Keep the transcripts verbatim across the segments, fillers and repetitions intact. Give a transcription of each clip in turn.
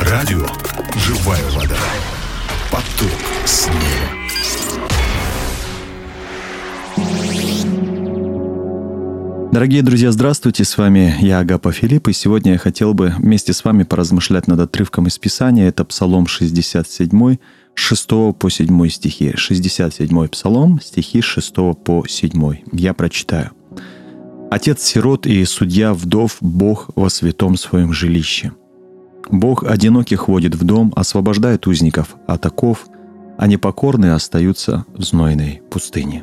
Радио «Живая вода». Поток снега. Дорогие друзья, здравствуйте, с вами я, Агапа Филипп, и сегодня я хотел бы вместе с вами поразмышлять над отрывком из Писания. Это Псалом шестьдесят семь, с шестого по седьмой стихи. шестьдесят седьмой Псалом, стихи с шестого по седьмой. Я прочитаю. «Отец сирот и судья вдов, Бог во святом своем жилище. Бог одиноких водит в дом, освобождает узников от оков, а непокорные остаются в знойной пустыне».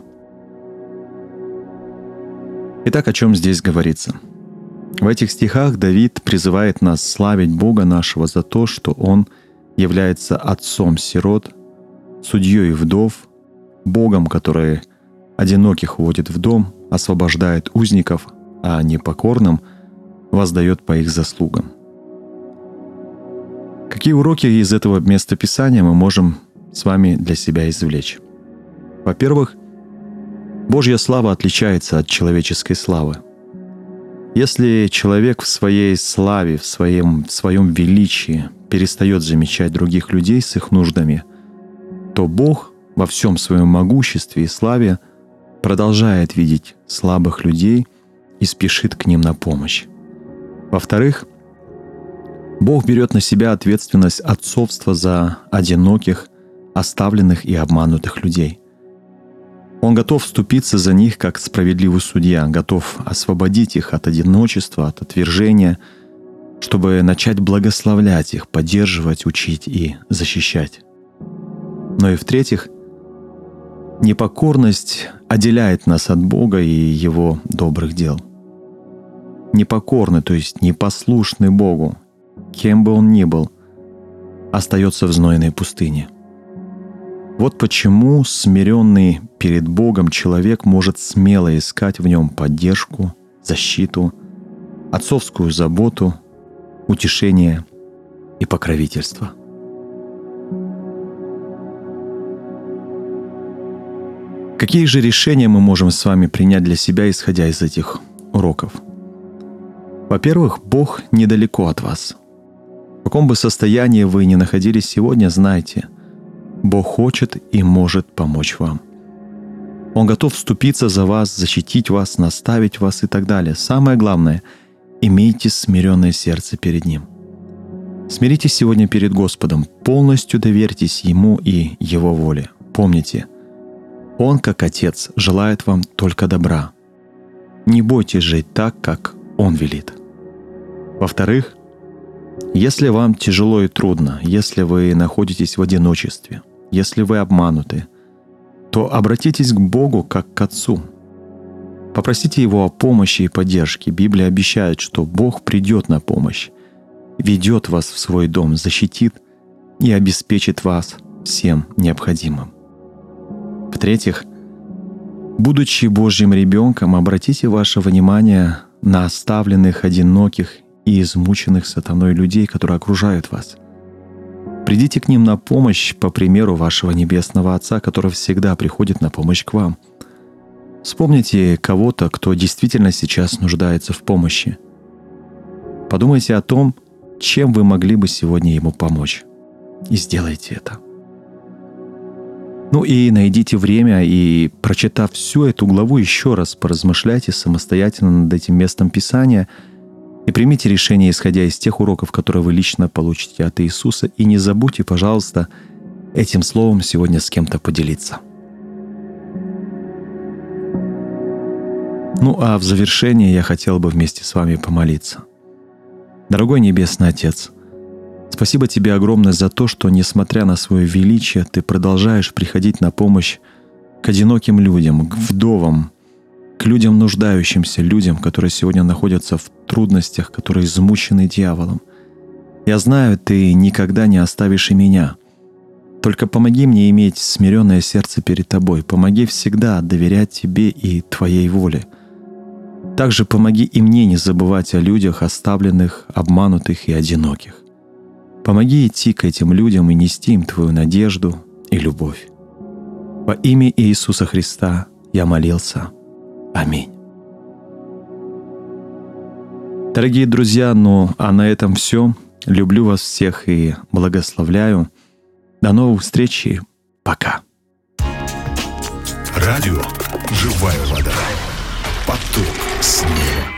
Итак, о чем здесь говорится? В этих стихах Давид призывает нас славить Бога нашего за то, что Он является отцом сирот, судьей вдов, Богом, который одиноких вводит в дом, освобождает узников, а непокорным воздает по их заслугам. Какие уроки из этого местописания мы можем с вами для себя извлечь? Во-первых, Божья слава отличается от человеческой славы. Если человек в своей славе, в своем, в своем величии перестает замечать других людей с их нуждами, то Бог во всем своем могуществе и славе продолжает видеть слабых людей и спешит к ним на помощь. Во-вторых, Бог берет на себя ответственность отцовства за одиноких, оставленных и обманутых людей. Он готов вступиться за них как справедливый судья, готов освободить их от одиночества, от отвержения, чтобы начать благословлять их, поддерживать, учить и защищать. Но и в-третьих, непокорность отделяет нас от Бога и Его добрых дел. Непокорный, то есть непослушный Богу, кем бы он ни был, остается в знойной пустыне. Вот почему смиренный перед Богом человек может смело искать в нем поддержку, защиту, отцовскую заботу, утешение и покровительство. Какие же решения мы можем с вами принять для себя, исходя из этих уроков? Во-первых, Бог недалеко от вас. В каком бы состоянии вы ни находились сегодня, знайте, Бог хочет и может помочь вам. Он готов вступиться за вас, защитить вас, наставить вас и так далее. Самое главное — имейте смиренное сердце перед Ним. Смиритесь сегодня перед Господом, полностью доверьтесь Ему и Его воле. Помните, Он, как Отец, желает вам только добра. Не бойтесь жить так, как Он велит. Во-вторых, если вам тяжело и трудно, если вы находитесь в одиночестве, если вы обмануты, то обратитесь к Богу как к Отцу. Попросите Его о помощи и поддержке. Библия обещает, что Бог придет на помощь, ведет вас в свой дом, защитит и обеспечит вас всем необходимым. В-третьих, будучи Божьим ребенком, обратите ваше внимание на оставленных, одиноких и измученных сатаной людей, которые окружают вас. Придите к ним на помощь по примеру вашего Небесного Отца, который всегда приходит на помощь к вам. Вспомните кого-то, кто действительно сейчас нуждается в помощи. Подумайте о том, чем вы могли бы сегодня ему помочь. И сделайте это. Ну и найдите время и, прочитав всю эту главу, еще раз поразмышляйте самостоятельно над этим местом Писания и примите решение, исходя из тех уроков, которые вы лично получите от Иисуса. И не забудьте, пожалуйста, этим словом сегодня с кем-то поделиться. Ну а в завершение я хотел бы вместе с вами помолиться. Дорогой Небесный Отец, спасибо Тебе огромное за то, что, несмотря на свое величие, Ты продолжаешь приходить на помощь к одиноким людям, к вдовам, к людям нуждающимся, людям, которые сегодня находятся в трудностях, которые измучены дьяволом. Я знаю, Ты никогда не оставишь и меня. Только помоги мне иметь смиренное сердце перед Тобой. Помоги всегда доверять Тебе и Твоей воле. Также помоги и мне не забывать о людях, оставленных, обманутых и одиноких. Помоги идти к этим людям и нести им Твою надежду и любовь. Во имя Иисуса Христа я молился. Аминь. Дорогие друзья, ну а на этом все. Люблю вас всех и благословляю. До новых встреч и пока. Радио «Живая вода». Поток с неба.